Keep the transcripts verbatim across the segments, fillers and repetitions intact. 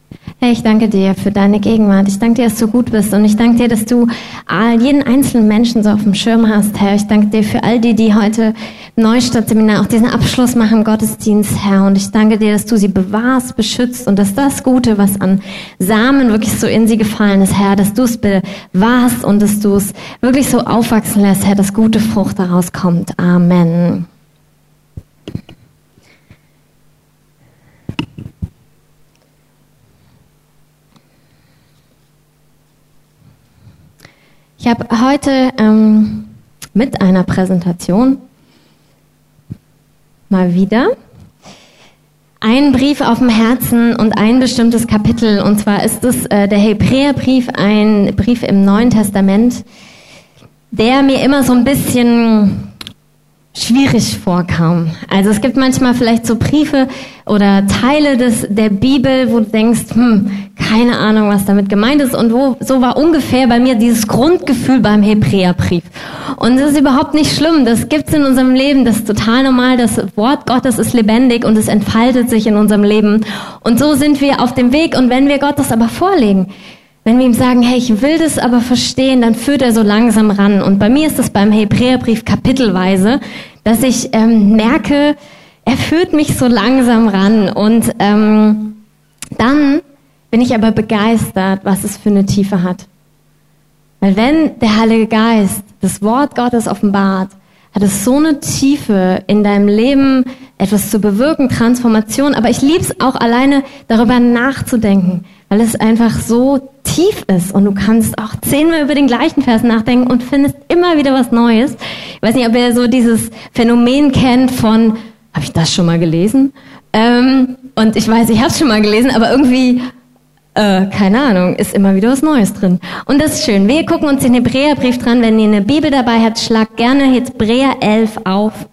Herr, ich danke dir für deine Gegenwart. Ich danke dir, dass du gut bist. Und ich danke dir, dass du jeden einzelnen Menschen so auf dem Schirm hast, Herr. Ich danke dir für all die, die heute Neustartseminar auch diesen Abschluss machen im Gottesdienst, Herr. Und ich danke dir, dass du sie bewahrst, beschützt und dass das Gute, was an Samen wirklich so in sie gefallen ist, Herr, dass du es bewahrst und dass du es wirklich so aufwachsen lässt, Herr, dass gute Frucht daraus kommt. Amen. Ich habe heute ähm, mit einer Präsentation mal wieder einen Brief auf dem Herzen und ein bestimmtes Kapitel. Und zwar ist es äh, der Hebräerbrief, ein Brief im Neuen Testament, der mir immer so ein bisschen schwierig vorkam. Also es gibt manchmal vielleicht so Briefe oder Teile des, der Bibel, wo du denkst, hm, keine Ahnung, was damit gemeint ist. Und wo, so war ungefähr bei mir dieses Grundgefühl beim Hebräerbrief. Und das ist überhaupt nicht schlimm. Das gibt's in unserem Leben. Das ist total normal. Das Wort Gottes ist lebendig und es entfaltet sich in unserem Leben. Und so sind wir auf dem Weg. Und wenn wir Gott das aber vorlegen, wenn wir ihm sagen, hey, ich will das aber verstehen, dann führt er so langsam ran. Und bei mir ist das beim Hebräerbrief kapitelweise, dass ich ähm, merke, er führt mich so langsam ran. Und ähm, dann bin ich aber begeistert, was es für eine Tiefe hat. Weil wenn der Heilige Geist das Wort Gottes offenbart, hat es so eine Tiefe in deinem Leben, etwas zu bewirken, Transformation. Aber ich liebe es auch alleine, darüber nachzudenken, weil es einfach so tief ist. Und du kannst auch zehnmal über den gleichen Vers nachdenken und findest immer wieder was Neues. Ich weiß nicht, ob ihr so dieses Phänomen kennt von, habe ich das schon mal gelesen? Ähm, und ich weiß, ich habe es schon mal gelesen, aber irgendwie, äh, keine Ahnung, ist immer wieder was Neues drin. Und das ist schön. Wir gucken uns den Hebräerbrief dran. Wenn ihr eine Bibel dabei habt, schlagt gerne Hebräer elf auf.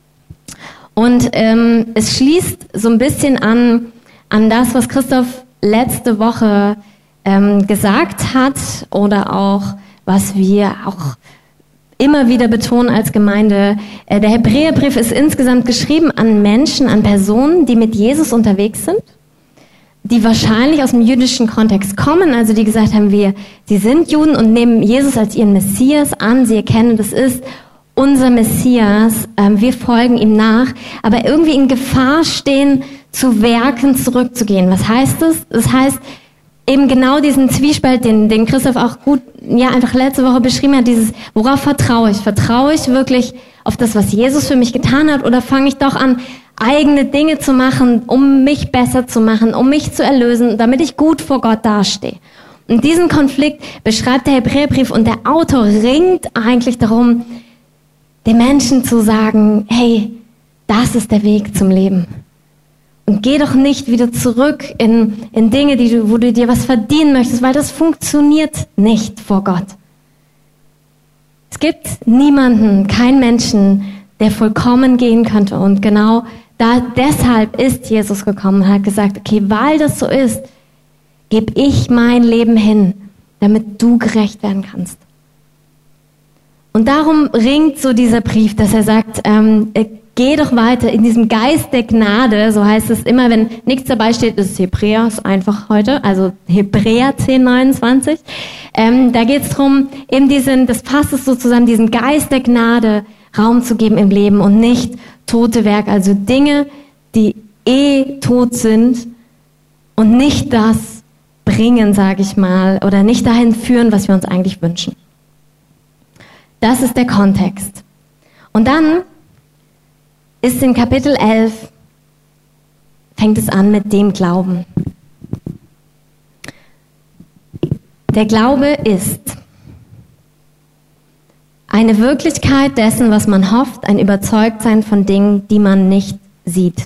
Und ähm, es schließt so ein bisschen an, an das, was Christoph letzte Woche ähm, gesagt hat oder auch, was wir auch immer wieder betonen als Gemeinde. Äh, der Hebräerbrief ist insgesamt geschrieben an Menschen, an Personen, die mit Jesus unterwegs sind, die wahrscheinlich aus dem jüdischen Kontext kommen, also die gesagt haben, wir, sie sind Juden und nehmen Jesus als ihren Messias an, sie erkennen, das ist unser Messias, ähm, wir folgen ihm nach, aber irgendwie in Gefahr stehen, zu Werken zurückzugehen. Was heißt das? Das heißt, eben genau diesen Zwiespalt, den, den Christoph auch gut, ja, einfach letzte Woche beschrieben hat, dieses, worauf vertraue ich? Vertraue ich wirklich auf das, was Jesus für mich getan hat, oder fange ich doch an, eigene Dinge zu machen, um mich besser zu machen, um mich zu erlösen, damit ich gut vor Gott dastehe? Und diesen Konflikt beschreibt der Hebräerbrief und der Autor ringt eigentlich darum, den Menschen zu sagen, hey, das ist der Weg zum Leben. Und geh doch nicht wieder zurück in, in Dinge, die du, wo du dir was verdienen möchtest, weil das funktioniert nicht vor Gott. Es gibt niemanden, keinen Menschen, der vollkommen gehen könnte. Und genau da, deshalb ist Jesus gekommen und hat gesagt, okay, weil das so ist, gebe ich mein Leben hin, damit du gerecht werden kannst. Und darum ringt so dieser Brief, dass er sagt, ähm, geh doch weiter in diesem Geist der Gnade, so heißt es immer, wenn nichts dabei steht, ist Hebräer, ist einfach heute, also Hebräer zehn neunundzwanzig. Ähm, da geht es darum, eben diesen, das fasst es so zusammen, diesen Geist der Gnade Raum zu geben im Leben und nicht tote Werke, also Dinge, die eh tot sind und nicht das bringen, sage ich mal, oder nicht dahin führen, was wir uns eigentlich wünschen. Das ist der Kontext. Und dann ist in Kapitel elf, fängt es an mit dem Glauben. Der Glaube ist eine Wirklichkeit dessen, was man hofft, ein Überzeugtsein von Dingen, die man nicht sieht.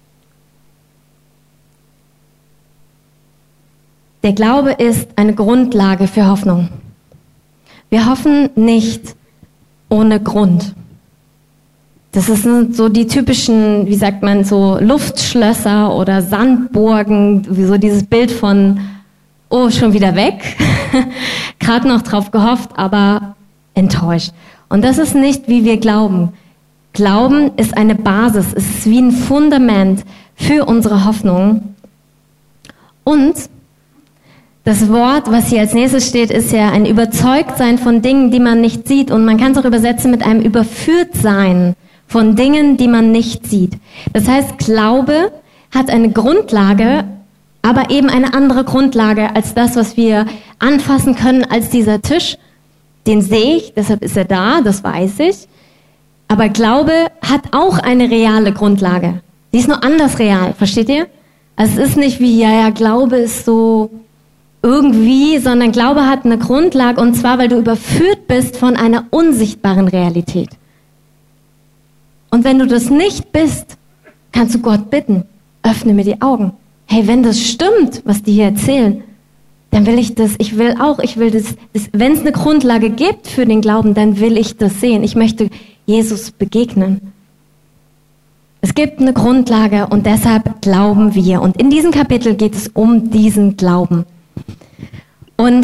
Der Glaube ist eine Grundlage für Hoffnung. Wir hoffen nicht ohne Grund. Das sind so die typischen, wie sagt man, so Luftschlösser oder Sandburgen, wie so dieses Bild von, oh, schon wieder weg, gerade noch drauf gehofft, aber enttäuscht. Und das ist nicht, wie wir glauben. Glauben ist eine Basis, es ist wie ein Fundament für unsere Hoffnung. Und das Wort, was hier als nächstes steht, ist ja ein Überzeugtsein von Dingen, die man nicht sieht. Und man kann es auch übersetzen mit einem Überführtsein von Dingen, die man nicht sieht. Das heißt, Glaube hat eine Grundlage, aber eben eine andere Grundlage als das, was wir anfassen können, als dieser Tisch. Den sehe ich, deshalb ist er da, das weiß ich. Aber Glaube hat auch eine reale Grundlage. Die ist nur anders real, versteht ihr? Also es ist nicht wie, ja, ja, Glaube ist so irgendwie, sondern Glaube hat eine Grundlage, und zwar, weil du überführt bist von einer unsichtbaren Realität. Und wenn du das nicht bist, kannst du Gott bitten, öffne mir die Augen. Hey, wenn das stimmt, was die hier erzählen, dann will ich das, ich will auch, ich will das, das wenn es eine Grundlage gibt für den Glauben, dann will ich das sehen. Ich möchte Jesus begegnen. Es gibt eine Grundlage und deshalb glauben wir. Und in diesem Kapitel geht es um diesen Glauben. Und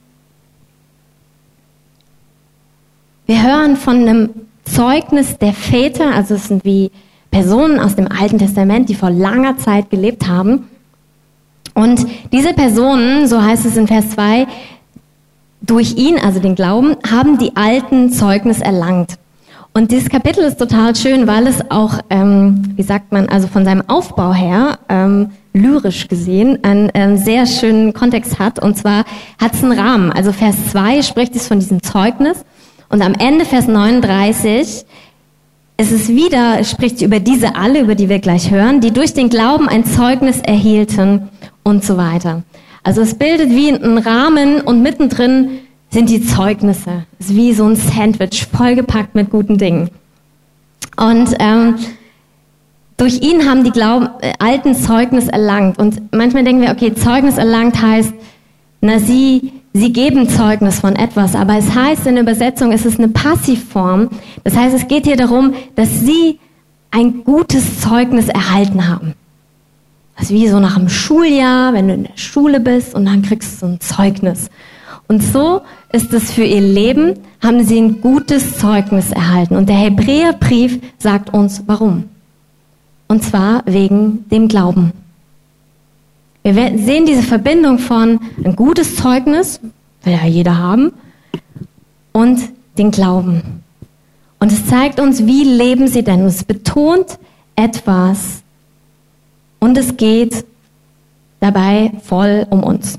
wir hören von einem Zeugnis der Väter, also es sind wie Personen aus dem Alten Testament, die vor langer Zeit gelebt haben. Und diese Personen, so heißt es in Vers zwei, durch ihn, also den Glauben, haben die Alten Zeugnis erlangt. Und dieses Kapitel ist total schön, weil es auch, ähm, wie sagt man, also von seinem Aufbau her, ähm, lyrisch gesehen, einen ähm, sehr schönen Kontext hat. Und zwar hat es einen Rahmen. Also Vers zwei spricht es von diesem Zeugnis. Und am Ende Vers neununddreißig ist es wieder, spricht über diese alle, über die wir gleich hören, die durch den Glauben ein Zeugnis erhielten und so weiter. Also es bildet wie einen Rahmen und mittendrin sind die Zeugnisse. Es ist wie so ein Sandwich, vollgepackt mit guten Dingen. Und ähm, durch ihn haben die Glauben, äh, Alten Zeugnis erlangt. Und manchmal denken wir, okay, Zeugnis erlangt heißt, na sie, sie geben Zeugnis von etwas. Aber es heißt in der Übersetzung, es ist eine Passivform. Das heißt, es geht hier darum, dass sie ein gutes Zeugnis erhalten haben. Das ist wie so nach einem Schuljahr, wenn du in der Schule bist und dann kriegst du so ein Zeugnis. Und so ist es für ihr Leben, haben sie ein gutes Zeugnis erhalten. Und der Hebräerbrief sagt uns, warum. Und zwar wegen dem Glauben. Wir sehen diese Verbindung von ein gutes Zeugnis, will ja jeder haben, und den Glauben. Und es zeigt uns, wie leben sie denn. Und es betont etwas und es geht dabei voll um uns.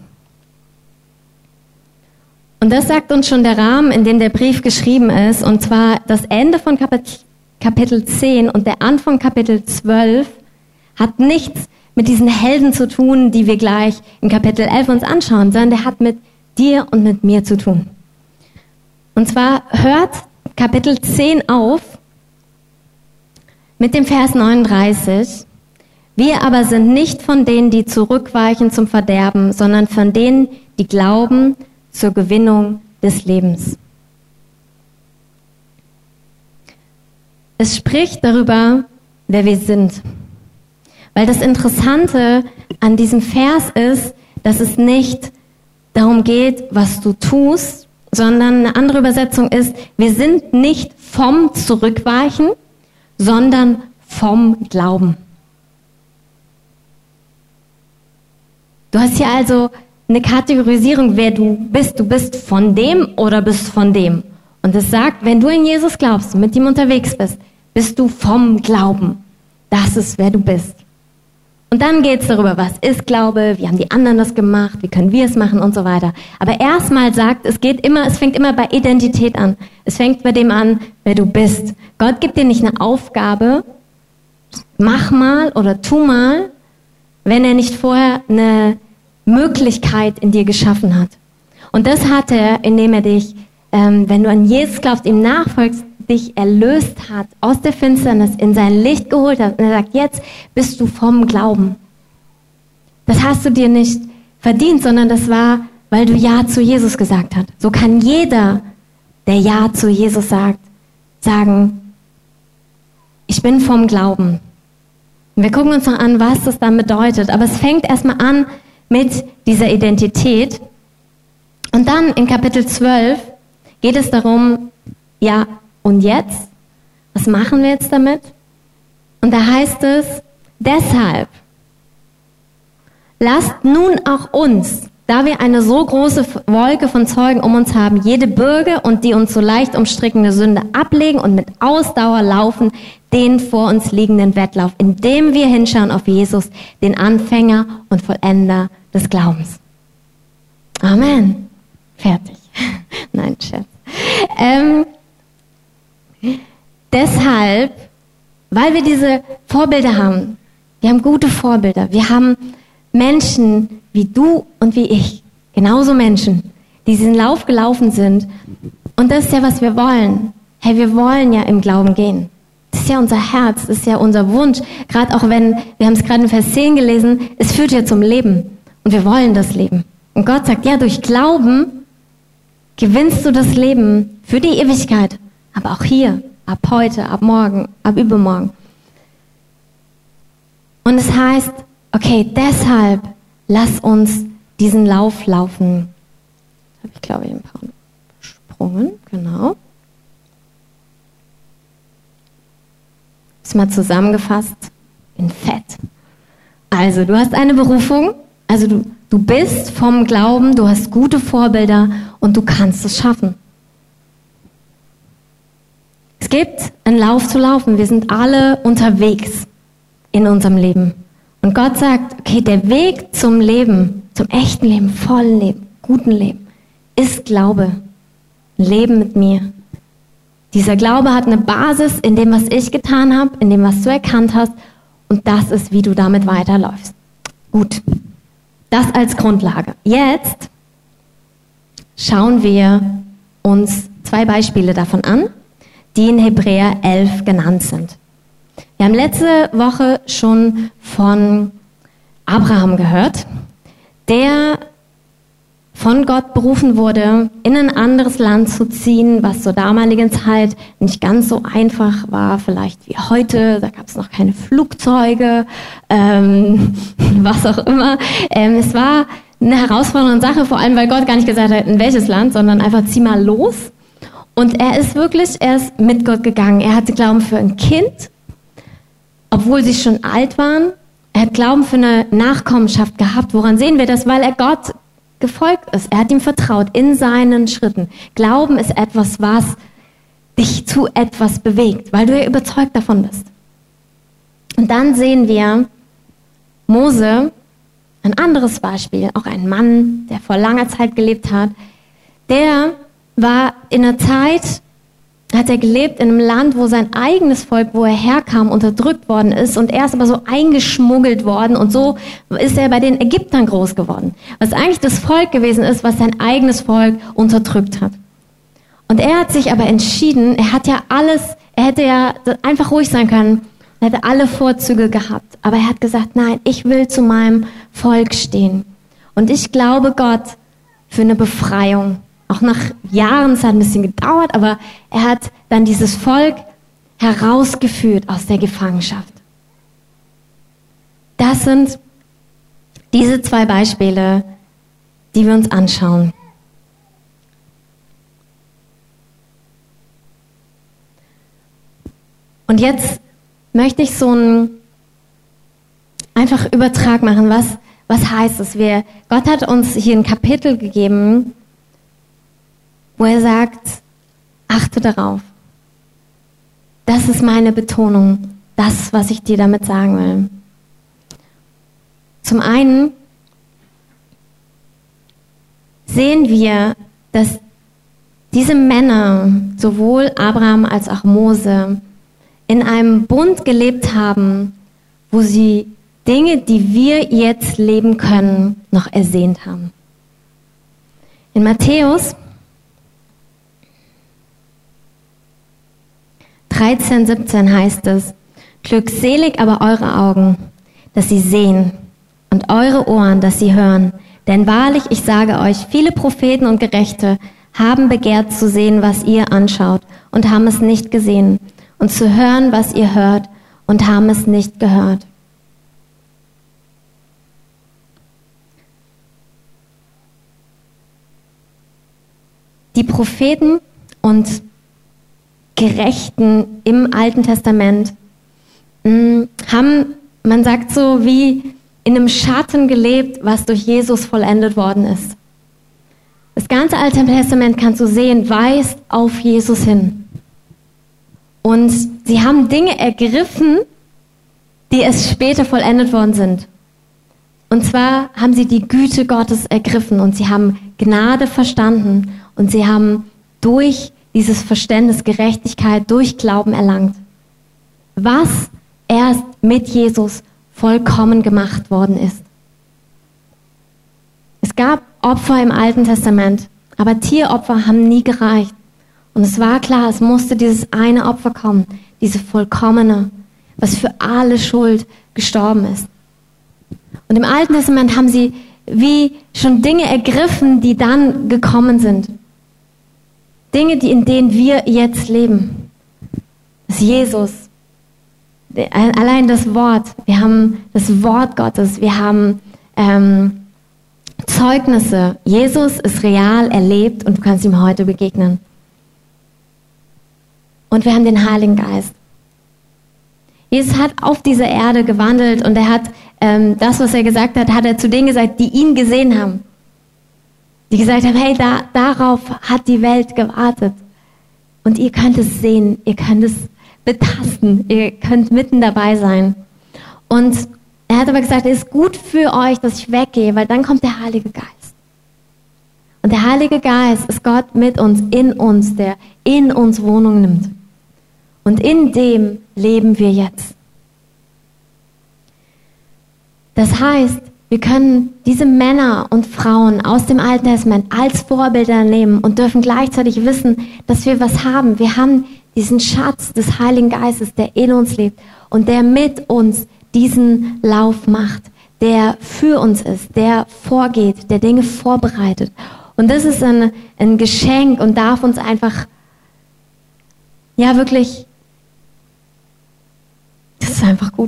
Und das sagt uns schon der Rahmen, in dem der Brief geschrieben ist, und zwar das Ende von Kapitel zehn und der Anfang Kapitel zwölf hat nichts mit diesen Helden zu tun, die wir gleich in Kapitel elf uns anschauen, sondern der hat mit dir und mit mir zu tun. Und zwar hört Kapitel zehn auf mit dem Vers neununddreißig. Wir aber sind nicht von denen, die zurückweichen zum Verderben, sondern von denen, die glauben zur Gewinnung des Lebens. Es spricht darüber, wer wir sind. Weil das Interessante an diesem Vers ist, dass es nicht darum geht, was du tust, sondern eine andere Übersetzung ist, wir sind nicht vom Zurückweichen, sondern vom Glauben. Du hast hier also eine Kategorisierung, wer du bist. Du bist von dem oder bist von dem. Und es sagt, wenn du in Jesus glaubst und mit ihm unterwegs bist, bist du vom Glauben. Das ist, wer du bist. Und dann geht es darüber, was ist Glaube, wie haben die anderen das gemacht, wie können wir es machen und so weiter. Aber erstmal sagt, es geht immer, es fängt immer bei Identität an. Es fängt bei dem an, wer du bist. Gott gibt dir nicht eine Aufgabe, mach mal oder tu mal, wenn er nicht vorher eine Möglichkeit in dir geschaffen hat. Und das hat er, indem er dich, ähm, wenn du an Jesus glaubst, ihm nachfolgst, dich erlöst hat, aus der Finsternis in sein Licht geholt hat. Und er sagt, jetzt bist du vom Glauben. Das hast du dir nicht verdient, sondern das war, weil du Ja zu Jesus gesagt hast. So kann jeder, der Ja zu Jesus sagt, sagen, ich bin vom Glauben. Und wir gucken uns noch an, was das dann bedeutet. Aber es fängt erstmal an mit dieser Identität. Und dann in Kapitel zwölf geht es darum, ja, und jetzt? Was machen wir jetzt damit? Und da heißt es, deshalb lasst nun auch uns, da wir eine so große Wolke von Zeugen um uns haben, jede Bürde und die uns so leicht umstrickende Sünde ablegen und mit Ausdauer laufen, den vor uns liegenden Wettlauf, indem wir hinschauen auf Jesus, den Anfänger und Vollender des Glaubens. Amen. Fertig. Nein, Scherz. Ähm, deshalb, weil wir diese Vorbilder haben, wir haben gute Vorbilder, wir haben Menschen wie du und wie ich, genauso Menschen, die diesen Lauf gelaufen sind. Und das ist ja, was wir wollen. Hey, wir wollen ja im Glauben gehen. Das ist ja unser Herz, das ist ja unser Wunsch. Gerade auch wenn, wir haben es gerade in Vers zehn gelesen, es führt ja zum Leben. Und wir wollen das Leben. Und Gott sagt, ja, durch Glauben gewinnst du das Leben für die Ewigkeit. Aber auch hier, ab heute, ab morgen, ab übermorgen. Und es heißt, okay, deshalb lass uns diesen Lauf laufen. Habe ich, glaube ich, ein paar Sprungen, genau. Ist mal zusammengefasst in Fett. Also, du hast eine Berufung, also du, du bist vom Glauben, du hast gute Vorbilder und du kannst es schaffen. Es gibt einen Lauf zu laufen, wir sind alle unterwegs in unserem Leben. Und Gott sagt, okay, der Weg zum Leben, zum echten Leben, vollen Leben, guten Leben, ist Glaube. Leben mit mir. Dieser Glaube hat eine Basis in dem, was ich getan habe, in dem, was du erkannt hast. Und das ist, wie du damit weiterläufst. Gut, das als Grundlage. Jetzt schauen wir uns zwei Beispiele davon an, die in Hebräer elf genannt sind. Wir haben letzte Woche schon von Abraham gehört, der von Gott berufen wurde, in ein anderes Land zu ziehen, was zur damaligen Zeit nicht ganz so einfach war, vielleicht wie heute. Da gab es noch keine Flugzeuge, ähm, was auch immer. Ähm, es war eine herausfordernde Sache, vor allem weil Gott gar nicht gesagt hat, in welches Land, sondern einfach zieh mal los. Und er ist wirklich, er ist mit Gott gegangen. Er hatte Glauben für ein Kind, obwohl sie schon alt waren. Er hat Glauben für eine Nachkommenschaft gehabt. Woran sehen wir das? Weil er Gott gefolgt ist. Er hat ihm vertraut in seinen Schritten. Glauben ist etwas, was dich zu etwas bewegt, weil du ja überzeugt davon bist. Und dann sehen wir Mose, ein anderes Beispiel, auch ein Mann, der vor langer Zeit gelebt hat. Der war in einer Zeit, hat er gelebt in einem Land, wo sein eigenes Volk, wo er herkam, unterdrückt worden ist und er ist aber so eingeschmuggelt worden und so ist er bei den Ägyptern groß geworden. Was eigentlich das Volk gewesen ist, was sein eigenes Volk unterdrückt hat. Und er hat sich aber entschieden, er hat ja alles, er hätte ja einfach ruhig sein können, er hätte alle Vorzüge gehabt, aber er hat gesagt, nein, ich will zu meinem Volk stehen. Und ich glaube Gott für eine Befreiung. Auch nach Jahren, es hat ein bisschen gedauert, aber er hat dann dieses Volk herausgeführt aus der Gefangenschaft. Das sind diese zwei Beispiele, die wir uns anschauen. Und jetzt möchte ich so einen einfach Übertrag machen. Was, was heißt es? Wir, Gott hat uns hier ein Kapitel gegeben, wo er sagt, achte darauf. Das ist meine Betonung, das, was ich dir damit sagen will. Zum einen sehen wir, dass diese Männer, sowohl Abraham als auch Mose, in einem Bund gelebt haben, wo sie Dinge, die wir jetzt leben können, noch ersehnt haben. In Matthäus dreizehn, siebzehn heißt es, glückselig aber eure Augen, dass sie sehen, und eure Ohren, dass sie hören. Denn wahrlich, ich sage euch, viele Propheten und Gerechte haben begehrt zu sehen, was ihr anschaut, und haben es nicht gesehen, und zu hören, was ihr hört, und haben es nicht gehört. Die Propheten und Gerechten im Alten Testament mh, haben, man sagt so, wie in einem Schatten gelebt, was durch Jesus vollendet worden ist. Das ganze Alte Testament, kannst du sehen, weist auf Jesus hin. Und sie haben Dinge ergriffen, die es später vollendet worden sind. Und zwar haben sie die Güte Gottes ergriffen und sie haben Gnade verstanden und sie haben durch dieses Verständnis Gerechtigkeit durch Glauben erlangt. Was erst mit Jesus vollkommen gemacht worden ist. Es gab Opfer im Alten Testament, aber Tieropfer haben nie gereicht. Und es war klar, es musste dieses eine Opfer kommen, diese vollkommene, was für alle Schuld gestorben ist. Und im Alten Testament haben sie wie schon Dinge ergriffen, die dann gekommen sind. Dinge, die, in denen wir jetzt leben. Das ist Jesus. Allein das Wort. Wir haben das Wort Gottes. Wir haben ähm, Zeugnisse. Jesus ist real, er lebt und du kannst ihm heute begegnen. Und wir haben den Heiligen Geist. Jesus hat auf dieser Erde gewandelt und er hat ähm, das, was er gesagt hat, hat er zu denen gesagt, die ihn gesehen haben. Die gesagt haben, hey, da, darauf hat die Welt gewartet. Und ihr könnt es sehen, ihr könnt es betasten, ihr könnt mitten dabei sein. Und er hat aber gesagt, es ist gut für euch, dass ich weggehe, weil dann kommt der Heilige Geist. Und der Heilige Geist ist Gott mit uns, in uns, der in uns Wohnung nimmt. Und in dem leben wir jetzt. Das heißt, wir können diese Männer und Frauen aus dem Alten Testament als Vorbilder nehmen und dürfen gleichzeitig wissen, dass wir was haben. Wir haben diesen Schatz des Heiligen Geistes, der in uns lebt und der mit uns diesen Lauf macht, der für uns ist, der vorgeht, der Dinge vorbereitet. Und das ist ein, ein Geschenk und darf uns einfach, ja wirklich, das ist einfach gut.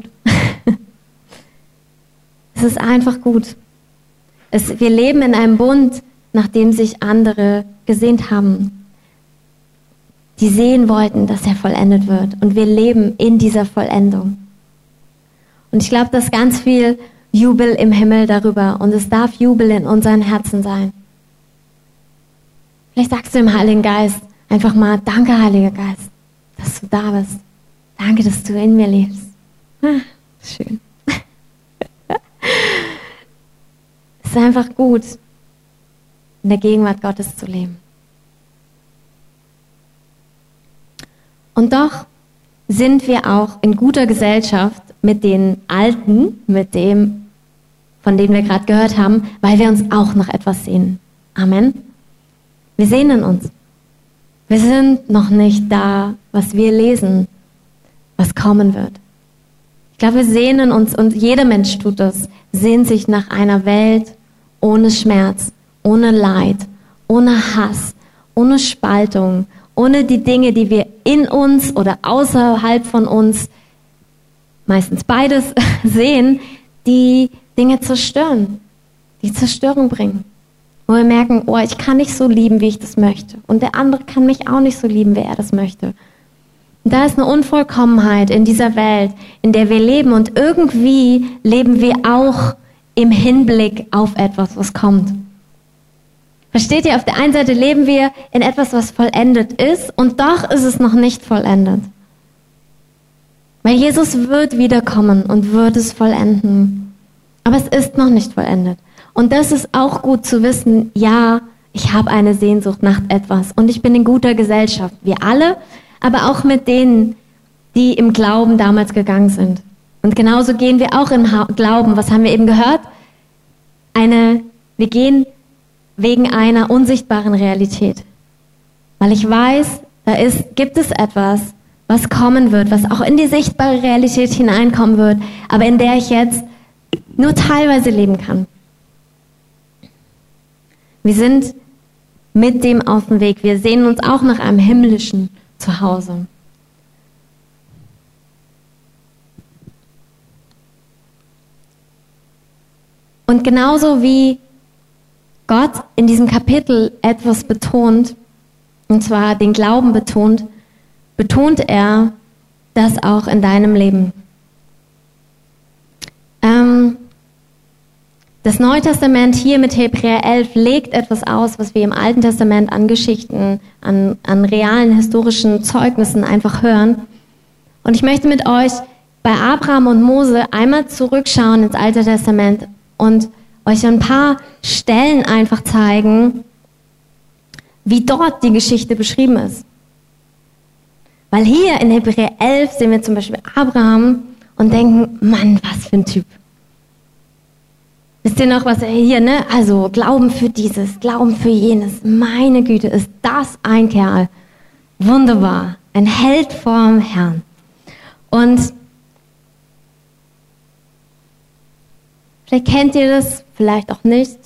Es ist einfach gut. Es, wir leben in einem Bund, nach dem sich andere gesehnt haben. Die sehen wollten, dass er vollendet wird. Und wir leben in dieser Vollendung. Und ich glaube, dass ist ganz viel Jubel im Himmel darüber. Und es darf Jubel in unseren Herzen sein. Vielleicht sagst du dem Heiligen Geist einfach mal, danke, Heiliger Geist, dass du da bist. Danke, dass du in mir lebst. Ah, schön. Es ist einfach gut, in der Gegenwart Gottes zu leben. Und doch sind wir auch in guter Gesellschaft mit den Alten, mit dem, von dem wir gerade gehört haben, weil wir uns auch nach etwas sehnen. Amen. Wir sehnen uns. Wir sind noch nicht da, was wir lesen, was kommen wird. Ich glaube, wir sehnen uns, und jeder Mensch tut das, sehnt sich nach einer Welt ohne Schmerz, ohne Leid, ohne Hass, ohne Spaltung, ohne die Dinge, die wir in uns oder außerhalb von uns, meistens beides, sehen, die Dinge zerstören, die Zerstörung bringen. Wo wir merken, oh, ich kann nicht so lieben, wie ich das möchte. Und der andere kann mich auch nicht so lieben, wie er das möchte. Und da ist eine Unvollkommenheit in dieser Welt, in der wir leben. Und irgendwie leben wir auch im Hinblick auf etwas, was kommt. Versteht ihr? Auf der einen Seite leben wir in etwas, was vollendet ist. Und doch ist es noch nicht vollendet. Weil Jesus wird wiederkommen und wird es vollenden. Aber es ist noch nicht vollendet. Und das ist auch gut zu wissen, ja, ich habe eine Sehnsucht nach etwas und ich bin in guter Gesellschaft. Wir alle, aber auch mit denen, die im Glauben damals gegangen sind. Und genauso gehen wir auch im Glauben. Was haben wir eben gehört? Eine, wir gehen wegen einer unsichtbaren Realität. Weil ich weiß, da ist, gibt es etwas, was kommen wird, was auch in die sichtbare Realität hineinkommen wird, aber in der ich jetzt nur teilweise leben kann. Wir sind mit dem auf dem Weg. Wir sehnen uns auch nach einem himmlischen Zuhause. Und genauso wie Gott in diesem Kapitel etwas betont, und zwar den Glauben betont, betont er das auch in deinem Leben. Ähm, Das Neue Testament hier mit Hebräer elf legt etwas aus, was wir im Alten Testament an Geschichten, an, an realen historischen Zeugnissen einfach hören. Und ich möchte mit euch bei Abraham und Mose einmal zurückschauen ins Alte Testament und euch ein paar Stellen einfach zeigen, wie dort die Geschichte beschrieben ist. Weil hier in Hebräer elf sehen wir zum Beispiel Abraham und denken, Mann, was für ein Typ. Wisst ihr noch, was er hier, ne? Also Glauben für dieses, Glauben für jenes. Meine Güte, ist das ein Kerl. Wunderbar. Ein Held vorm Herrn. Und vielleicht kennt ihr das, vielleicht auch nicht.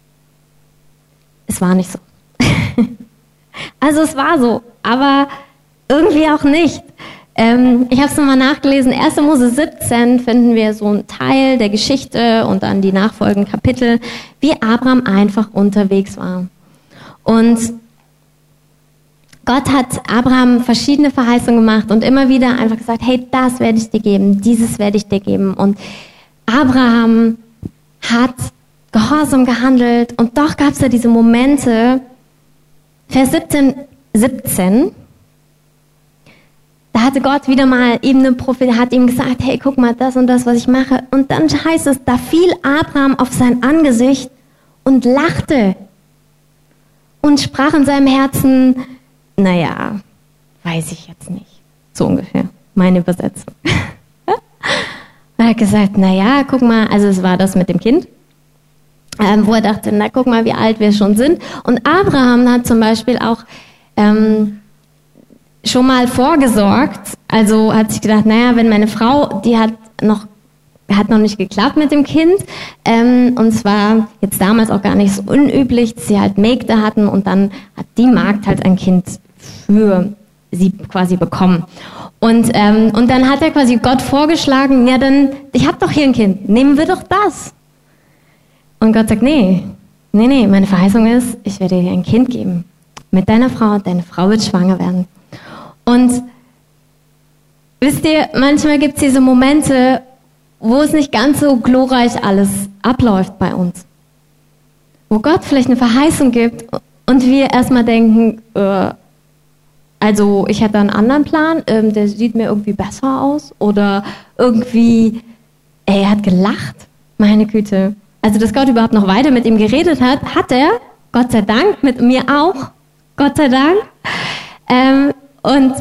Es war nicht so. Also es war so, aber irgendwie auch nicht. Ähm, ich habe es nochmal nachgelesen. erster Mose siebzehn finden wir so einen Teil der Geschichte und dann die nachfolgenden Kapitel, wie Abraham einfach unterwegs war. Und Gott hat Abraham verschiedene Verheißungen gemacht und immer wieder einfach gesagt, hey, das werde ich dir geben, dieses werde ich dir geben. Und Abraham hat gehorsam gehandelt und doch gab es ja diese Momente, Vers siebzehn, siebzehn, da hatte Gott wieder mal eben eine Prophet, hat ihm gesagt, hey, guck mal, das und das, was ich mache. Und dann heißt es, da fiel Abraham auf sein Angesicht und lachte und sprach in seinem Herzen, naja, weiß ich jetzt nicht. So ungefähr, meine Übersetzung. Er hat gesagt, naja, guck mal, also es war das mit dem Kind, ähm, wo er dachte, na guck mal, wie alt wir schon sind. Und Abraham hat zum Beispiel auch ähm, schon mal vorgesorgt, also hat sich gedacht, naja, wenn meine Frau, die hat noch, hat noch nicht geklappt mit dem Kind, ähm, und zwar jetzt damals auch gar nicht so unüblich, dass sie halt Mägde hatten und dann hat die Magd halt ein Kind für sie quasi bekommen. Und, ähm, und dann hat er quasi Gott vorgeschlagen, ja dann, ich habe doch hier ein Kind, nehmen wir doch das. Und Gott sagt, nee, nee, nee, meine Verheißung ist, ich werde dir ein Kind geben mit deiner Frau, deine Frau wird schwanger werden. Und wisst ihr, manchmal gibt es diese Momente, wo es nicht ganz so glorreich alles abläuft bei uns. Wo Gott vielleicht eine Verheißung gibt und wir erstmal denken, äh, also ich hätte einen anderen Plan, ähm, der sieht mir irgendwie besser aus. Oder irgendwie, ey, er hat gelacht, meine Güte. Also dass Gott überhaupt noch weiter mit ihm geredet hat, hat er, Gott sei Dank, mit mir auch, Gott sei Dank. Ähm, Und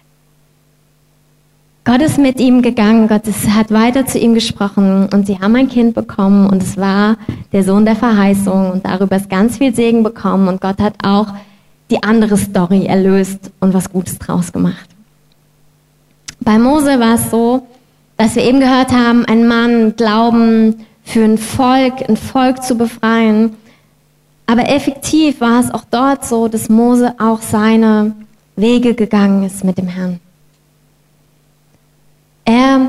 Gott ist mit ihm gegangen, Gott ist, hat weiter zu ihm gesprochen und sie haben ein Kind bekommen und es war der Sohn der Verheißung und darüber ist ganz viel Segen bekommen und Gott hat auch die andere Story erlöst und was Gutes draus gemacht. Bei Mose war es so, dass wir eben gehört haben, ein Mann Glauben für ein Volk, ein Volk zu befreien, aber effektiv war es auch dort so, dass Mose auch seine Wege gegangen ist mit dem Herrn. Er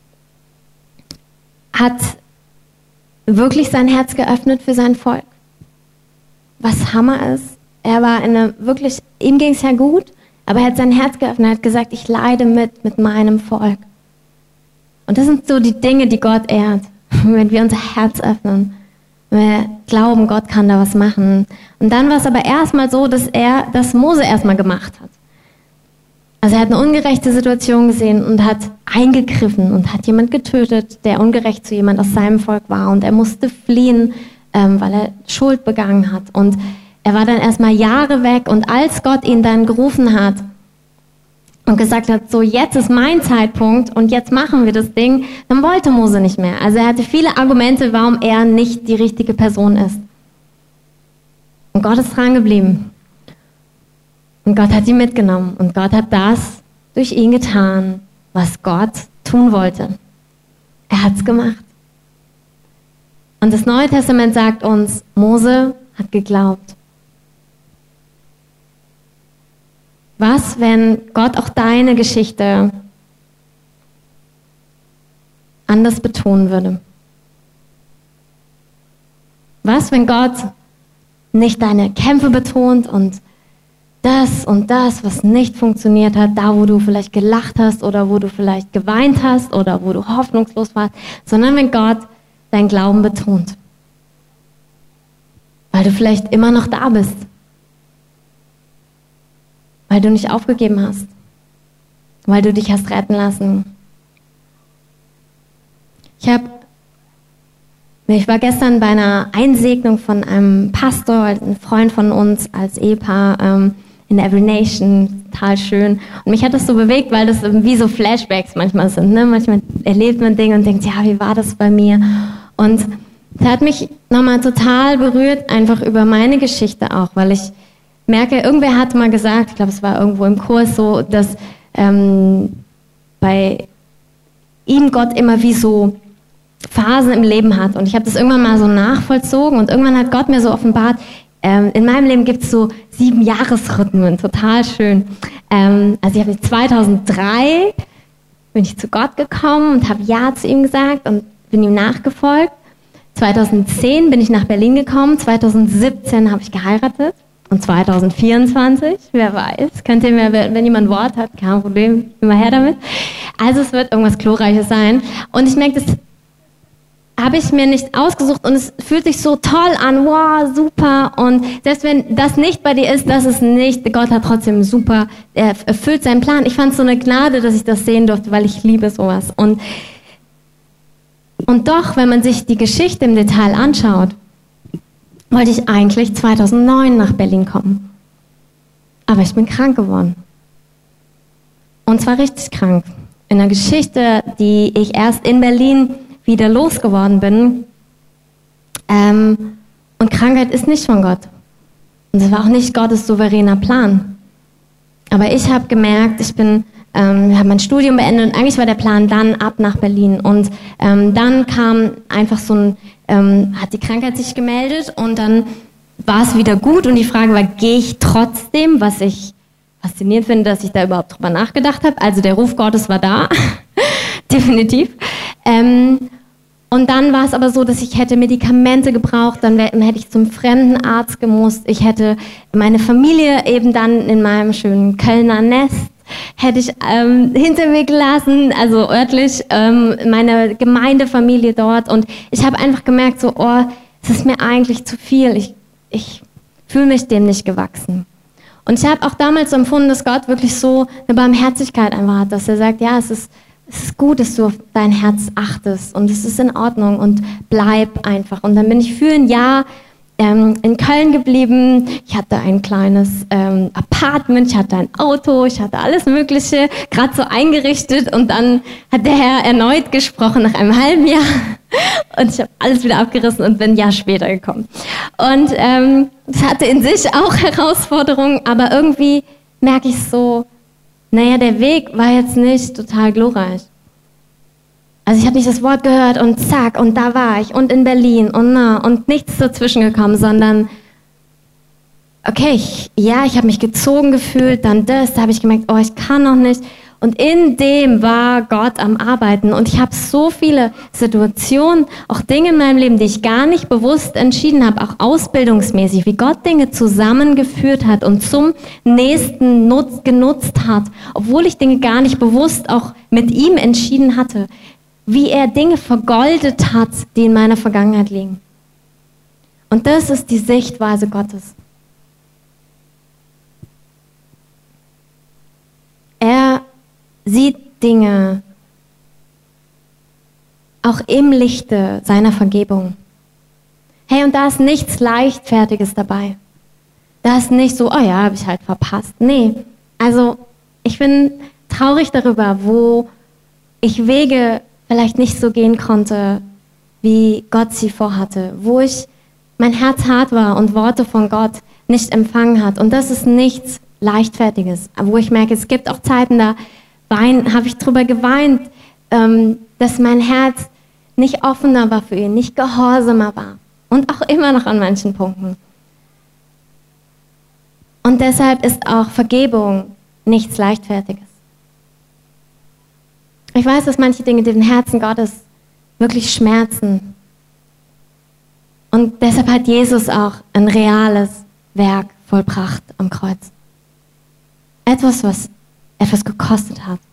hat wirklich sein Herz geöffnet für sein Volk. Was Hammer ist, er war eine wirklich, ihm ging es ja gut, aber er hat sein Herz geöffnet, er hat gesagt, ich leide mit, mit meinem Volk. Und das sind so die Dinge, die Gott ehrt, wenn wir unser Herz öffnen. Wir glauben, Gott kann da was machen. Und dann war es aber erstmal so, dass er, dass Mose erstmal gemacht hat. Also er hat eine ungerechte Situation gesehen und hat eingegriffen und hat jemand getötet, der ungerecht zu jemand aus seinem Volk war. Und er musste fliehen, ähm, weil er Schuld begangen hat. Und er war dann erstmal Jahre weg. Und als Gott ihn dann gerufen hat und gesagt hat, so jetzt ist mein Zeitpunkt und jetzt machen wir das Ding, dann wollte Mose nicht mehr. Also er hatte viele Argumente, warum er nicht die richtige Person ist. Und Gott ist dran geblieben. Und Gott hat ihn mitgenommen. Und Gott hat das durch ihn getan, was Gott tun wollte. Er hat es gemacht. Und das Neue Testament sagt uns, Mose hat geglaubt. Was, wenn Gott auch deine Geschichte anders betonen würde? Was, wenn Gott nicht deine Kämpfe betont und das und das, was nicht funktioniert hat, da wo du vielleicht gelacht hast oder wo du vielleicht geweint hast oder wo du hoffnungslos warst, sondern wenn Gott deinen Glauben betont. Weil du vielleicht immer noch da bist. Weil du nicht aufgegeben hast. Weil du dich hast retten lassen. Ich habe, ich war gestern bei einer Einsegnung von einem Pastor, ein Freund von uns als Ehepaar ähm, in Every Nation, total schön. Und mich hat das so bewegt, weil das wie so Flashbacks manchmal sind. Ne? Manchmal erlebt man Dinge und denkt, ja, wie war das bei mir? Und es hat mich nochmal total berührt, einfach über meine Geschichte auch, weil ich merke, irgendwer hat mal gesagt, ich glaube, es war irgendwo im Kurs so, dass ähm, bei ihm Gott immer wie so Phasen im Leben hat. Und ich habe das irgendwann mal so nachvollzogen und irgendwann hat Gott mir so offenbart, ähm, in meinem Leben gibt es so sieben Jahresrhythmen, total schön. Ähm, also ich habe zweitausenddrei bin ich zu Gott gekommen und habe Ja zu ihm gesagt und bin ihm nachgefolgt. zweitausendzehn bin ich nach Berlin gekommen, zweitausendsiebzehn habe ich geheiratet und zweitausendvierundzwanzig, wer weiß, könnt ihr mir, wenn jemand ein Wort hat, kein Problem, immer her damit. Also es wird irgendwas Glorreiches sein und ich merke, das habe ich mir nicht ausgesucht und es fühlt sich so toll an, wow, super. Und selbst wenn das nicht bei dir ist, das ist nicht, Gott hat trotzdem super, er erfüllt seinen Plan. Ich fand es so eine Gnade, dass ich das sehen durfte, weil ich liebe sowas. Und, und doch, wenn man sich die Geschichte im Detail anschaut, wollte ich eigentlich zweitausendneun nach Berlin kommen. Aber ich bin krank geworden. Und zwar richtig krank. In einer Geschichte, die ich erst in Berlin wieder losgeworden bin. Ähm, und Krankheit ist nicht von Gott. Und es war auch nicht Gottes souveräner Plan. Aber ich habe gemerkt, ich bin, ähm, habe mein Studium beendet und eigentlich war der Plan dann ab nach Berlin. Und ähm, dann kam einfach so ein, ähm, hat die Krankheit sich gemeldet und dann war es wieder gut. Und die Frage war, gehe ich trotzdem, was ich faszinierend finde, dass ich da überhaupt drüber nachgedacht habe. Also der Ruf Gottes war da, definitiv. Ähm, und dann war es aber so, dass ich hätte Medikamente gebraucht, dann, wär, dann hätte ich zum Fremdenarzt gemusst, ich hätte meine Familie eben dann in meinem schönen Kölner Nest, hätte ich ähm, hinter mir gelassen, also örtlich, ähm, meine Gemeindefamilie dort und ich habe einfach gemerkt, so, oh, es ist mir eigentlich zu viel, ich, ich fühle mich dem nicht gewachsen. Und ich habe auch damals so empfunden, dass Gott wirklich so eine Barmherzigkeit einfach hat, dass er sagt, ja, es ist Es ist gut, dass du auf dein Herz achtest und es ist in Ordnung und bleib einfach. Und dann bin ich für ein Jahr ähm, in Köln geblieben. Ich hatte ein kleines ähm, Apartment, ich hatte ein Auto, ich hatte alles Mögliche, gerade so eingerichtet. Und dann hat der Herr erneut gesprochen nach einem halben Jahr. Und ich habe alles wieder abgerissen und bin ein Jahr später gekommen. Und ähm, das hatte in sich auch Herausforderungen, aber irgendwie merke ich so, naja, der Weg war jetzt nicht total glorreich. Also ich habe nicht das Wort gehört und zack, und da war ich und in Berlin und na, und nichts dazwischen gekommen, sondern okay, ich, ja, ich habe mich gezogen gefühlt, dann das, da habe ich gemerkt, oh, ich kann noch nicht. Und in dem war Gott am Arbeiten und ich habe so viele Situationen, auch Dinge in meinem Leben, die ich gar nicht bewusst entschieden habe, auch ausbildungsmäßig, wie Gott Dinge zusammengeführt hat und zum nächsten Nutz, genutzt hat, obwohl ich Dinge gar nicht bewusst auch mit ihm entschieden hatte, wie er Dinge vergoldet hat, die in meiner Vergangenheit liegen. Und das ist die Sichtweise Gottes. Er sieht Dinge auch im Lichte seiner Vergebung. Hey, und da ist nichts Leichtfertiges dabei. Da ist nicht so, oh ja, habe ich halt verpasst. Nee, also ich bin traurig darüber, wo ich Wege vielleicht nicht so gehen konnte, wie Gott sie vorhatte. Wo ich, mein Herz hart war und Worte von Gott nicht empfangen hat. Und das ist nichts Leichtfertiges. Wo ich merke, es gibt auch Zeiten, da habe ich drüber geweint, ähm, dass mein Herz nicht offener war für ihn, nicht gehorsamer war. Und auch immer noch an manchen Punkten. Und deshalb ist auch Vergebung nichts Leichtfertiges. Ich weiß, dass manche Dinge den Herzen Gottes wirklich schmerzen. Und deshalb hat Jesus auch ein reales Werk vollbracht am Kreuz. Etwas, was etwas gekostet hat.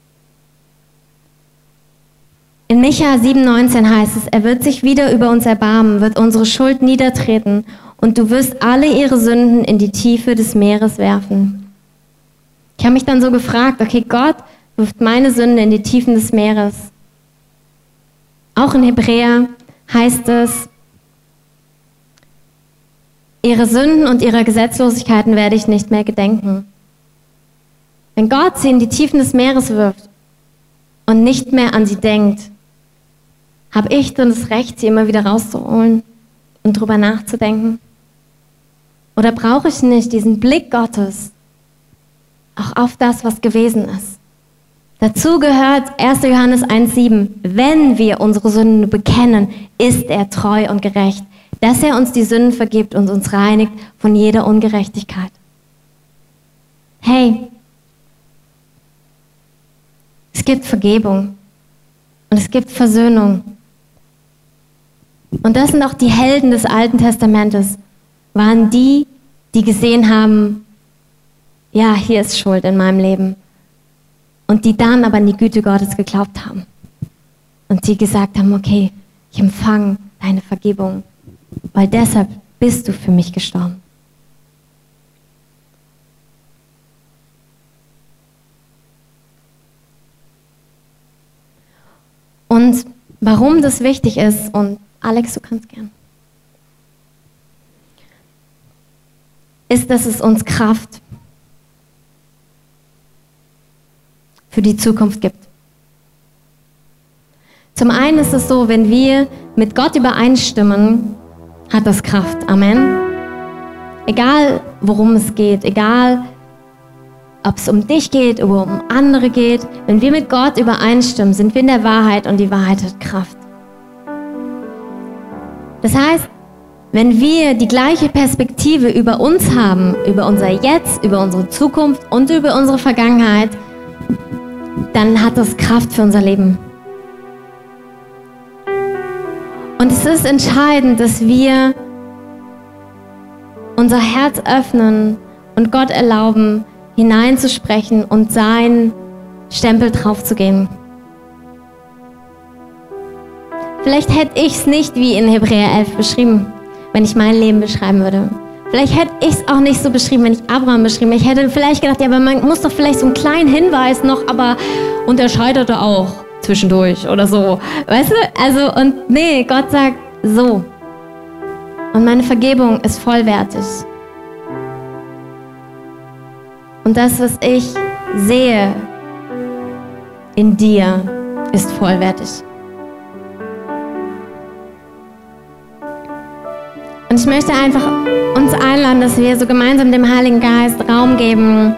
In Micha sieben neunzehn heißt es, er wird sich wieder über uns erbarmen, wird unsere Schuld niedertreten und du wirst alle ihre Sünden in die Tiefe des Meeres werfen. Ich habe mich dann so gefragt, okay, Gott wirft meine Sünden in die Tiefen des Meeres. Auch in Hebräer heißt es, ihre Sünden und ihre Gesetzlosigkeiten werde ich nicht mehr gedenken. Wenn Gott sie in die Tiefen des Meeres wirft und nicht mehr an sie denkt, habe ich dann das Recht, sie immer wieder rauszuholen und drüber nachzudenken? Oder brauche ich nicht diesen Blick Gottes auch auf das, was gewesen ist? Dazu gehört erster Johannes eins sieben, wenn wir unsere Sünden bekennen, ist er treu und gerecht, dass er uns die Sünden vergibt und uns reinigt von jeder Ungerechtigkeit. Hey, es gibt Vergebung und es gibt Versöhnung. Und das sind auch die Helden des Alten Testamentes, waren die, die gesehen haben, ja, hier ist Schuld in meinem Leben. Und die dann aber an die Güte Gottes geglaubt haben. Und die gesagt haben, okay, ich empfange deine Vergebung, weil deshalb bist du für mich gestorben. Und warum das wichtig ist, und Alex, du kannst gern, ist, dass es uns Kraft für die Zukunft gibt. Zum einen ist es so, wenn wir mit Gott übereinstimmen, hat das Kraft. Amen. Egal, worum es geht, egal, ob es um dich geht oder um andere geht, wenn wir mit Gott übereinstimmen, sind wir in der Wahrheit und die Wahrheit hat Kraft. Das heißt, wenn wir die gleiche Perspektive über uns haben, über unser Jetzt, über unsere Zukunft und über unsere Vergangenheit, dann hat das Kraft für unser Leben. Und es ist entscheidend, dass wir unser Herz öffnen und Gott erlauben, hineinzusprechen und seinen Stempel draufzugeben. Vielleicht hätte ich es nicht wie in Hebräer elf beschrieben, wenn ich mein Leben beschreiben würde. Vielleicht hätte ich es auch nicht so beschrieben, wenn ich Abraham beschrieben hätte. Ich hätte vielleicht gedacht, ja, aber man muss doch vielleicht so einen kleinen Hinweis noch, aber und er scheiterte auch zwischendurch oder so. Weißt du? Also, und nee, Gott sagt so. Und meine Vergebung ist vollwertig. Und das, was ich sehe in dir, ist vollwertig. Und ich möchte einfach uns einladen, dass wir so gemeinsam dem Heiligen Geist Raum geben,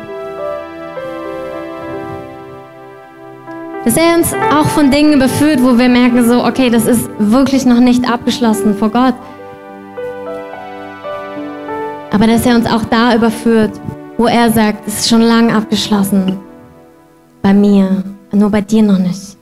dass er uns auch von Dingen überführt, wo wir merken so, okay, das ist wirklich noch nicht abgeschlossen vor Gott. Aber dass er uns auch da überführt, wo er sagt, es ist schon lange abgeschlossen. Bei mir, nur bei dir noch nicht.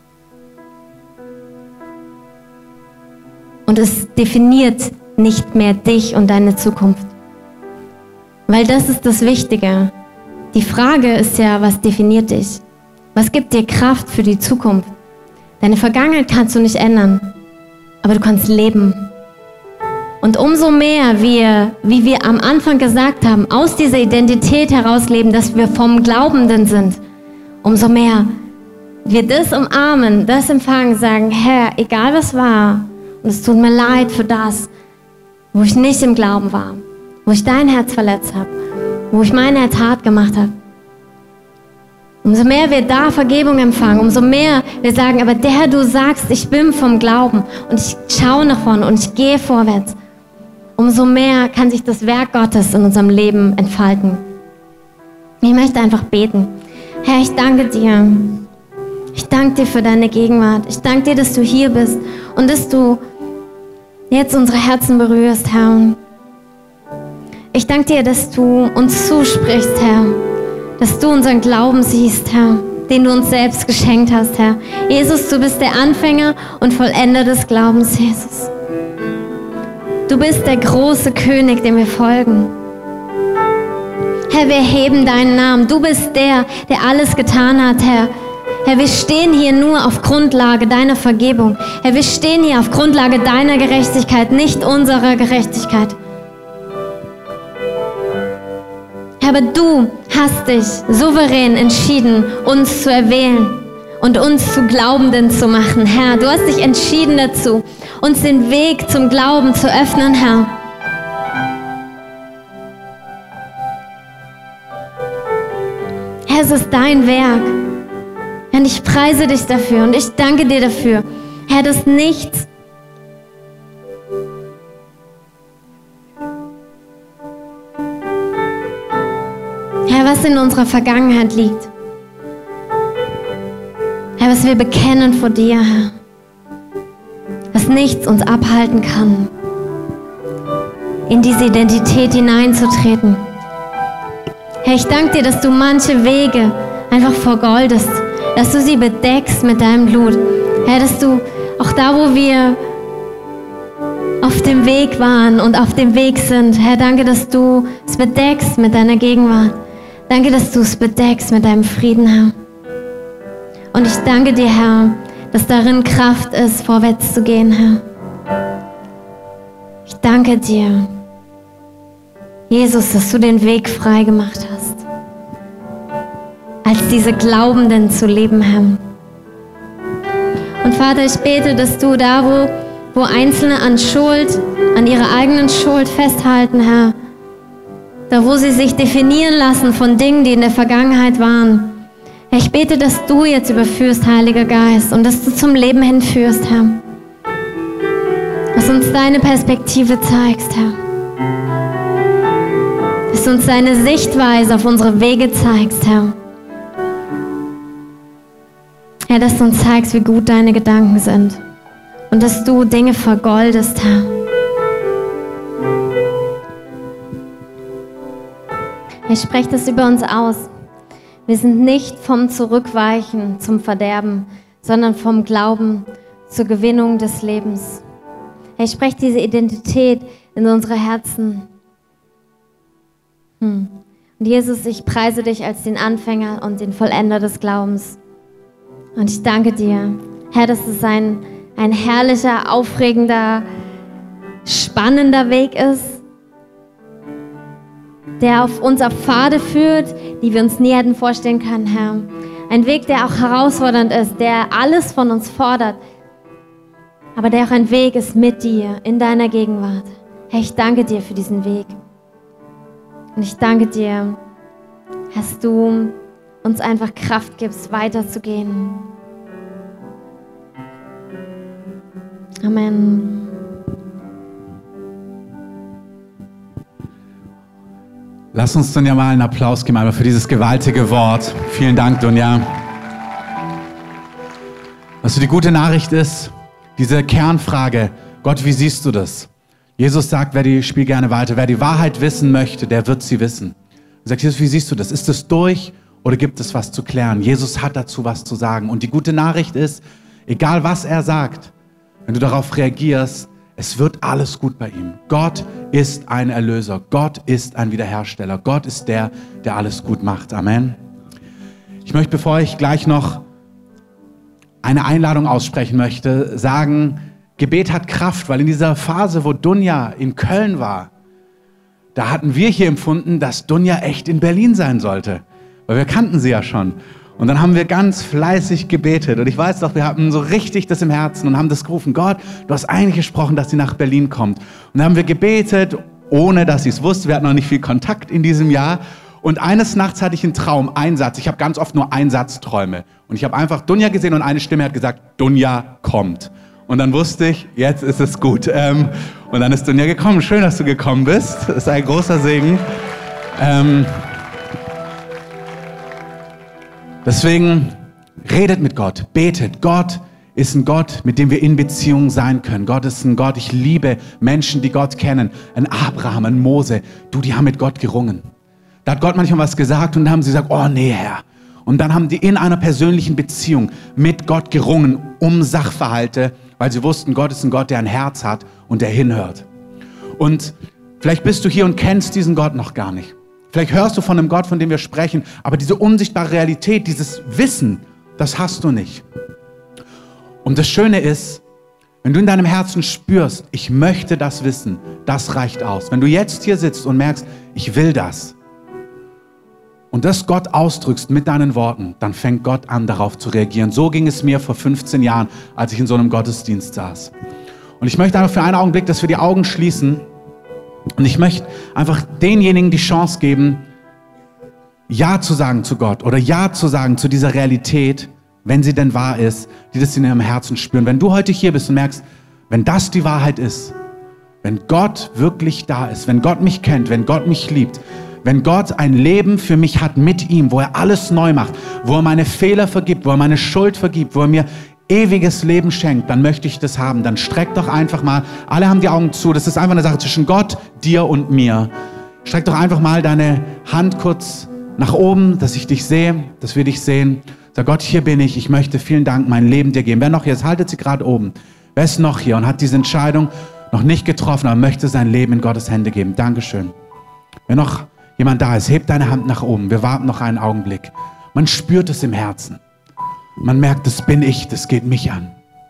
Und es definiert nicht mehr dich und deine Zukunft. Weil das ist das Wichtige. Die Frage ist ja, was definiert dich? Was gibt dir Kraft für die Zukunft? Deine Vergangenheit kannst du nicht ändern, aber du kannst leben. Und umso mehr wir, wie wir am Anfang gesagt haben, aus dieser Identität heraus leben, dass wir vom Glaubenden sind, umso mehr wir das umarmen, das empfangen, sagen, Herr, egal was war, und es tut mir leid für das, wo ich nicht im Glauben war, wo ich dein Herz verletzt habe, wo ich mein Herz hart gemacht habe. Umso mehr wir da Vergebung empfangen, umso mehr wir sagen, aber der Herr, du sagst, ich bin vom Glauben und ich schaue nach vorne und ich gehe vorwärts. Umso mehr kann sich das Werk Gottes in unserem Leben entfalten. Ich möchte einfach beten. Herr, ich danke dir. Ich danke dir für deine Gegenwart. Ich danke dir, dass du hier bist und dass du jetzt unsere Herzen berührst, Herr. Ich danke dir, dass du uns zusprichst, Herr. Dass du unseren Glauben siehst, Herr, den du uns selbst geschenkt hast, Herr. Jesus, du bist der Anfänger und Vollender des Glaubens, Jesus. Du bist der große König, dem wir folgen. Herr, wir heben deinen Namen. Du bist der, der alles getan hat, Herr. Herr, wir stehen hier nur auf Grundlage deiner Vergebung. Herr, wir stehen hier auf Grundlage deiner Gerechtigkeit, nicht unserer Gerechtigkeit. aber du hast dich souverän entschieden, uns zu erwählen und uns zu Glaubenden zu machen, Herr. Du hast dich entschieden dazu, uns den Weg zum Glauben zu öffnen, Herr. Herr, es ist dein Werk. Und ich preise dich dafür und ich danke dir dafür, Herr, dass nichts Herr, was in unserer Vergangenheit liegt. Herr, was wir bekennen vor dir, Herr. Dass nichts uns abhalten kann, in diese Identität hineinzutreten. Herr, ich danke dir, dass du manche Wege einfach vergoldest, dass du sie bedeckst mit deinem Blut. Herr, dass du auch da, wo wir auf dem Weg waren und auf dem Weg sind, Herr, danke, dass du es bedeckst mit deiner Gegenwart. Danke, dass du es bedeckst mit deinem Frieden, Herr. Und ich danke dir, Herr, dass darin Kraft ist, vorwärts zu gehen, Herr. Ich danke dir, Jesus, dass du den Weg frei gemacht hast, als diese Glaubenden zu leben, Herr. Und Vater, ich bete, dass du da, wo, wo Einzelne an Schuld, an ihrer eigenen Schuld festhalten, Herr, da wo sie sich definieren lassen von Dingen, die in der Vergangenheit waren. Herr, ich bete, dass du jetzt überführst, Heiliger Geist, und dass du zum Leben hinführst, Herr. Dass du uns deine Perspektive zeigst, Herr. Dass du uns deine Sichtweise auf unsere Wege zeigst, Herr. Herr, dass du uns zeigst, wie gut deine Gedanken sind und dass du Dinge vergoldest, Herr. Ich spreche das über uns aus. Wir sind nicht vom Zurückweichen zum Verderben, sondern vom Glauben zur Gewinnung des Lebens. Ich spreche diese Identität in unsere Herzen. Hm. Und Jesus, ich preise dich als den Anfänger und den Vollender des Glaubens. Und ich danke dir, Herr, dass es ein, ein herrlicher, aufregender, spannender Weg ist, der auf uns auf Pfade führt, die wir uns nie hätten vorstellen können, Herr. Ein Weg, der auch herausfordernd ist, der alles von uns fordert, aber der auch ein Weg ist mit dir, in deiner Gegenwart. Herr, ich danke dir für diesen Weg. Und ich danke dir, dass du uns einfach Kraft gibst, weiterzugehen. Amen. Lass uns Dunja mal einen Applaus geben, einmal für dieses gewaltige Wort. Vielen Dank, Dunja. Also die gute Nachricht ist, diese Kernfrage, Gott, wie siehst du das? Jesus sagt, wer die, spiel gerne weiter, wer die Wahrheit wissen möchte, der wird sie wissen. Er sagt, Jesus, wie siehst du das? Ist es durch oder gibt es was zu klären? Jesus hat dazu was zu sagen. Und die gute Nachricht ist, egal was er sagt, wenn du darauf reagierst, es wird alles gut bei ihm. Gott ist ein Erlöser. Gott ist ein Wiederhersteller. Gott ist der, der alles gut macht. Amen. Ich möchte, bevor ich gleich noch eine Einladung aussprechen möchte, sagen, Gebet hat Kraft, weil in dieser Phase, wo Dunja in Köln war, da hatten wir hier empfunden, dass Dunja echt in Berlin sein sollte. Weil wir kannten sie ja schon. Und dann haben wir ganz fleißig gebetet. Und ich weiß doch, wir hatten so richtig das im Herzen und haben das gerufen. Gott, du hast eigentlich gesprochen, dass sie nach Berlin kommt. Und dann haben wir gebetet, ohne dass sie es wusste. Wir hatten noch nicht viel Kontakt in diesem Jahr. Und eines Nachts hatte ich einen Traum, einen Satz. Ich habe ganz oft nur Einsatzträume. Und ich habe einfach Dunja gesehen und eine Stimme hat gesagt, Dunja kommt. Und dann wusste ich, jetzt ist es gut. Ähm, und dann ist Dunja gekommen. Schön, dass du gekommen bist. Das ist ein großer Segen. Ähm, Deswegen redet mit Gott, betet. Gott ist ein Gott, mit dem wir in Beziehung sein können. Gott ist ein Gott, ich liebe Menschen, die Gott kennen. Ein Abraham, ein Mose, du, die haben mit Gott gerungen. Da hat Gott manchmal was gesagt und dann haben sie gesagt, oh nee, Herr. Und dann haben die in einer persönlichen Beziehung mit Gott gerungen um Sachverhalte, weil sie wussten, Gott ist ein Gott, der ein Herz hat und der hinhört. Und vielleicht bist du hier und kennst diesen Gott noch gar nicht. Vielleicht hörst du von einem Gott, von dem wir sprechen, aber diese unsichtbare Realität, dieses Wissen, das hast du nicht. Und das Schöne ist, wenn du in deinem Herzen spürst, ich möchte das wissen, das reicht aus. Wenn du jetzt hier sitzt und merkst, ich will das, und das Gott ausdrückst mit deinen Worten, dann fängt Gott an, darauf zu reagieren. So ging es mir vor fünfzehn Jahren, als ich in so einem Gottesdienst saß. Und ich möchte einfach für einen Augenblick, dass wir die Augen schließen. Und ich möchte einfach denjenigen die Chance geben, Ja zu sagen zu Gott oder Ja zu sagen zu dieser Realität, wenn sie denn wahr ist, die das in ihrem Herzen spüren. Wenn du heute hier bist und merkst, wenn das die Wahrheit ist, wenn Gott wirklich da ist, wenn Gott mich kennt, wenn Gott mich liebt, wenn Gott ein Leben für mich hat mit ihm, wo er alles neu macht, wo er meine Fehler vergibt, wo er meine Schuld vergibt, wo er mir ewiges Leben schenkt, dann möchte ich das haben. Dann streck doch einfach mal, alle haben die Augen zu, das ist einfach eine Sache zwischen Gott, dir und mir. Streck doch einfach mal deine Hand kurz nach oben, dass ich dich sehe, dass wir dich sehen. Sag Gott, hier bin ich, ich möchte vielen Dank mein Leben dir geben. Wer noch hier ist, haltet sie gerade oben. Wer ist noch hier und hat diese Entscheidung noch nicht getroffen, aber möchte sein Leben in Gottes Hände geben? Dankeschön. Wenn noch jemand da ist, heb deine Hand nach oben. Wir warten noch einen Augenblick. Man spürt es im Herzen. Man merkt, das bin ich, das geht mich an.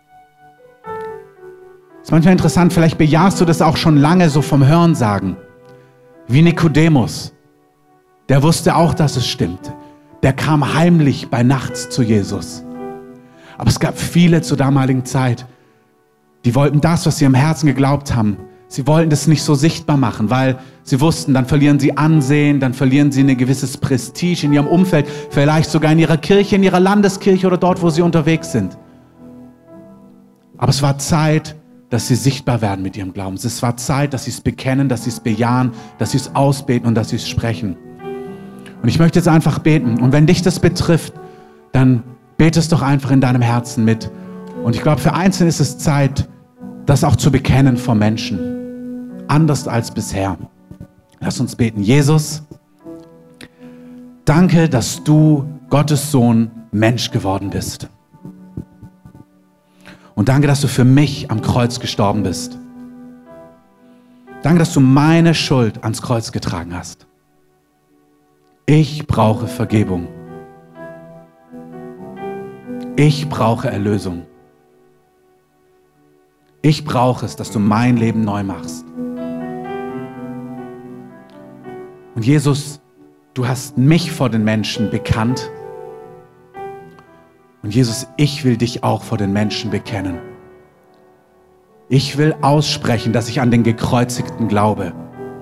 Das ist manchmal interessant, vielleicht bejahst du das auch schon lange so vom Hörensagen. Wie Nikodemus. Der wusste auch, dass es stimmt. Der kam heimlich bei Nachts zu Jesus. Aber es gab viele zur damaligen Zeit, die wollten das, was sie im Herzen geglaubt haben, sie wollten das nicht so sichtbar machen, weil sie wussten, dann verlieren sie Ansehen, dann verlieren sie ein gewisses Prestige in ihrem Umfeld, vielleicht sogar in ihrer Kirche, in ihrer Landeskirche oder dort, wo sie unterwegs sind. Aber es war Zeit, dass sie sichtbar werden mit ihrem Glauben. Es war Zeit, dass sie es bekennen, dass sie es bejahen, dass sie es ausbeten und dass sie es sprechen. Und ich möchte jetzt einfach beten. Und wenn dich das betrifft, dann bete es doch einfach in deinem Herzen mit. Und ich glaube, für Einzelne ist es Zeit, das auch zu bekennen vor Menschen. Anders als bisher. Lass uns beten. Jesus, danke, dass du Gottes Sohn Mensch geworden bist. Und danke, dass du für mich am Kreuz gestorben bist. Danke, dass du meine Schuld ans Kreuz getragen hast. Ich brauche Vergebung. Ich brauche Erlösung. Ich brauche es, dass du mein Leben neu machst. Und Jesus, du hast mich vor den Menschen bekannt. Und Jesus, ich will dich auch vor den Menschen bekennen. Ich will aussprechen, dass ich an den Gekreuzigten glaube.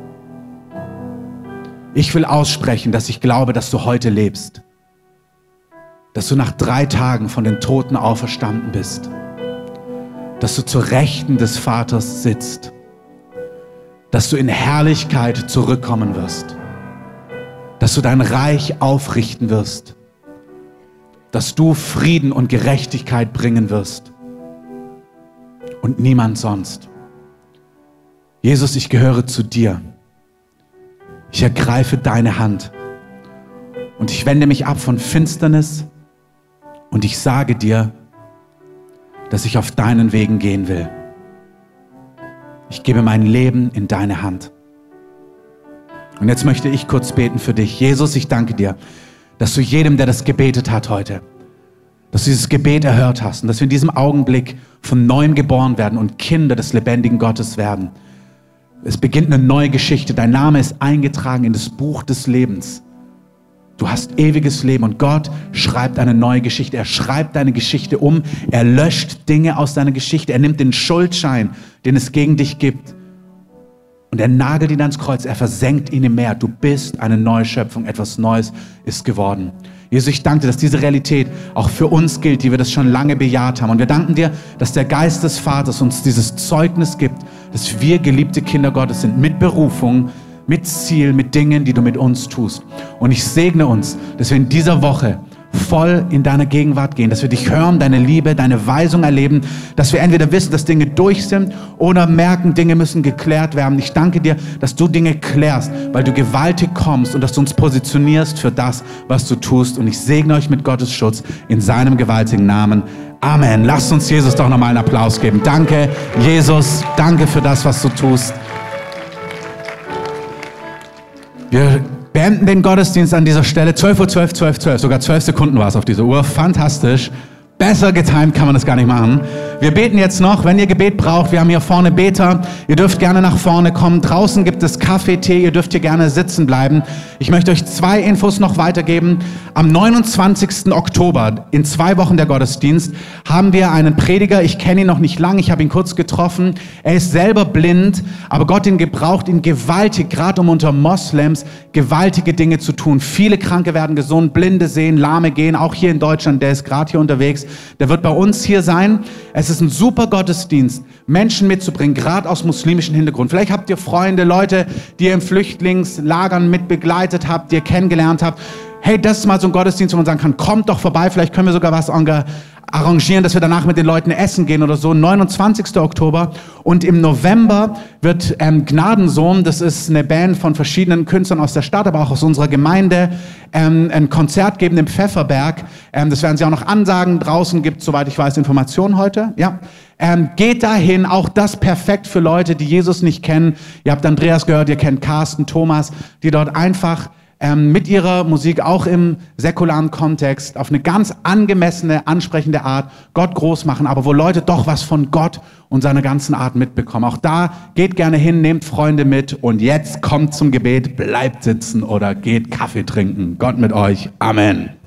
Ich will aussprechen, dass ich glaube, dass du heute lebst. Dass du nach drei Tagen von den Toten auferstanden bist. Dass du zur Rechten des Vaters sitzt. Dass du in Herrlichkeit zurückkommen wirst. Dass du dein Reich aufrichten wirst. Dass du Frieden und Gerechtigkeit bringen wirst. Und niemand sonst. Jesus, ich gehöre zu dir. Ich ergreife deine Hand und ich wende mich ab von Finsternis und ich sage dir, dass ich auf deinen Wegen gehen will. Ich gebe mein Leben in deine Hand. Und jetzt möchte ich kurz beten für dich. Jesus, ich danke dir, dass du jedem, der das gebetet hat heute, dass du dieses Gebet erhört hast und dass wir in diesem Augenblick von Neuem geboren werden und Kinder des lebendigen Gottes werden. Es beginnt eine neue Geschichte. Dein Name ist eingetragen in das Buch des Lebens. Du hast ewiges Leben und Gott schreibt eine neue Geschichte. Er schreibt deine Geschichte um. Er löscht Dinge aus deiner Geschichte. Er nimmt den Schuldschein, den es gegen dich gibt, und er nagelt ihn ans Kreuz. Er versenkt ihn im Meer. Du bist eine neue Schöpfung. Etwas Neues ist geworden. Jesus, ich danke dir, dass diese Realität auch für uns gilt, die wir das schon lange bejaht haben. Und wir danken dir, dass der Geist des Vaters uns dieses Zeugnis gibt, dass wir geliebte Kinder Gottes sind, mit Berufung, mit Ziel, mit Dingen, die du mit uns tust. Und ich segne uns, dass wir in dieser Woche voll in deiner Gegenwart gehen, dass wir dich hören, deine Liebe, deine Weisung erleben, dass wir entweder wissen, dass Dinge durch sind oder merken, Dinge müssen geklärt werden. Ich danke dir, dass du Dinge klärst, weil du gewaltig kommst und dass du uns positionierst für das, was du tust. Und ich segne euch mit Gottes Schutz in seinem gewaltigen Namen. Amen. Lasst uns Jesus doch nochmal einen Applaus geben. Danke, Jesus. Danke für das, was du tust. Wir beenden den Gottesdienst an dieser Stelle. zwölf Uhr zwölf, zwölf, zwölf. Sogar zwölf Sekunden war es auf dieser Uhr. Fantastisch. Besser getimt kann man das gar nicht machen. Wir beten jetzt noch, wenn ihr Gebet braucht, wir haben hier vorne Beter, ihr dürft gerne nach vorne kommen. Draußen gibt es Kaffee, Tee, ihr dürft hier gerne sitzen bleiben. Ich möchte euch zwei Infos noch weitergeben. Am neunundzwanzigsten Oktober, in zwei Wochen der Gottesdienst, haben wir einen Prediger, ich kenne ihn noch nicht lang, ich habe ihn kurz getroffen. Er ist selber blind, aber Gott ihn gebraucht ihn gewaltig, gerade um unter Moslems gewaltige Dinge zu tun. Viele Kranke werden gesund, Blinde sehen, Lahme gehen, auch hier in Deutschland, der ist gerade hier unterwegs. Der wird bei uns hier sein. Es ist ein super Gottesdienst, Menschen mitzubringen, gerade aus muslimischem Hintergrund. Vielleicht habt ihr Freunde, Leute, die ihr in Flüchtlingslagern mit begleitet habt, die ihr kennengelernt habt. Hey, das ist mal so ein Gottesdienst, wo man sagen kann, kommt doch vorbei, vielleicht können wir sogar was arrangieren, dass wir danach mit den Leuten essen gehen oder so. neunundzwanzigsten Oktober. Und im November wird ähm, Gnadensohn, das ist eine Band von verschiedenen Künstlern aus der Stadt, aber auch aus unserer Gemeinde, ähm, ein Konzert geben im Pfefferberg. Ähm, das werden sie auch noch ansagen. Draußen gibt es, soweit ich weiß, Informationen heute. Ja. Ähm, geht dahin, auch das perfekt für Leute, die Jesus nicht kennen. Ihr habt Andreas gehört, ihr kennt Carsten, Thomas, die dort einfach ähm, mit ihrer Musik auch im säkularen Kontext auf eine ganz angemessene, ansprechende Art Gott groß machen, aber wo Leute doch was von Gott und seiner ganzen Art mitbekommen. Auch da geht gerne hin, nehmt Freunde mit und jetzt kommt zum Gebet, bleibt sitzen oder geht Kaffee trinken. Gott mit euch. Amen.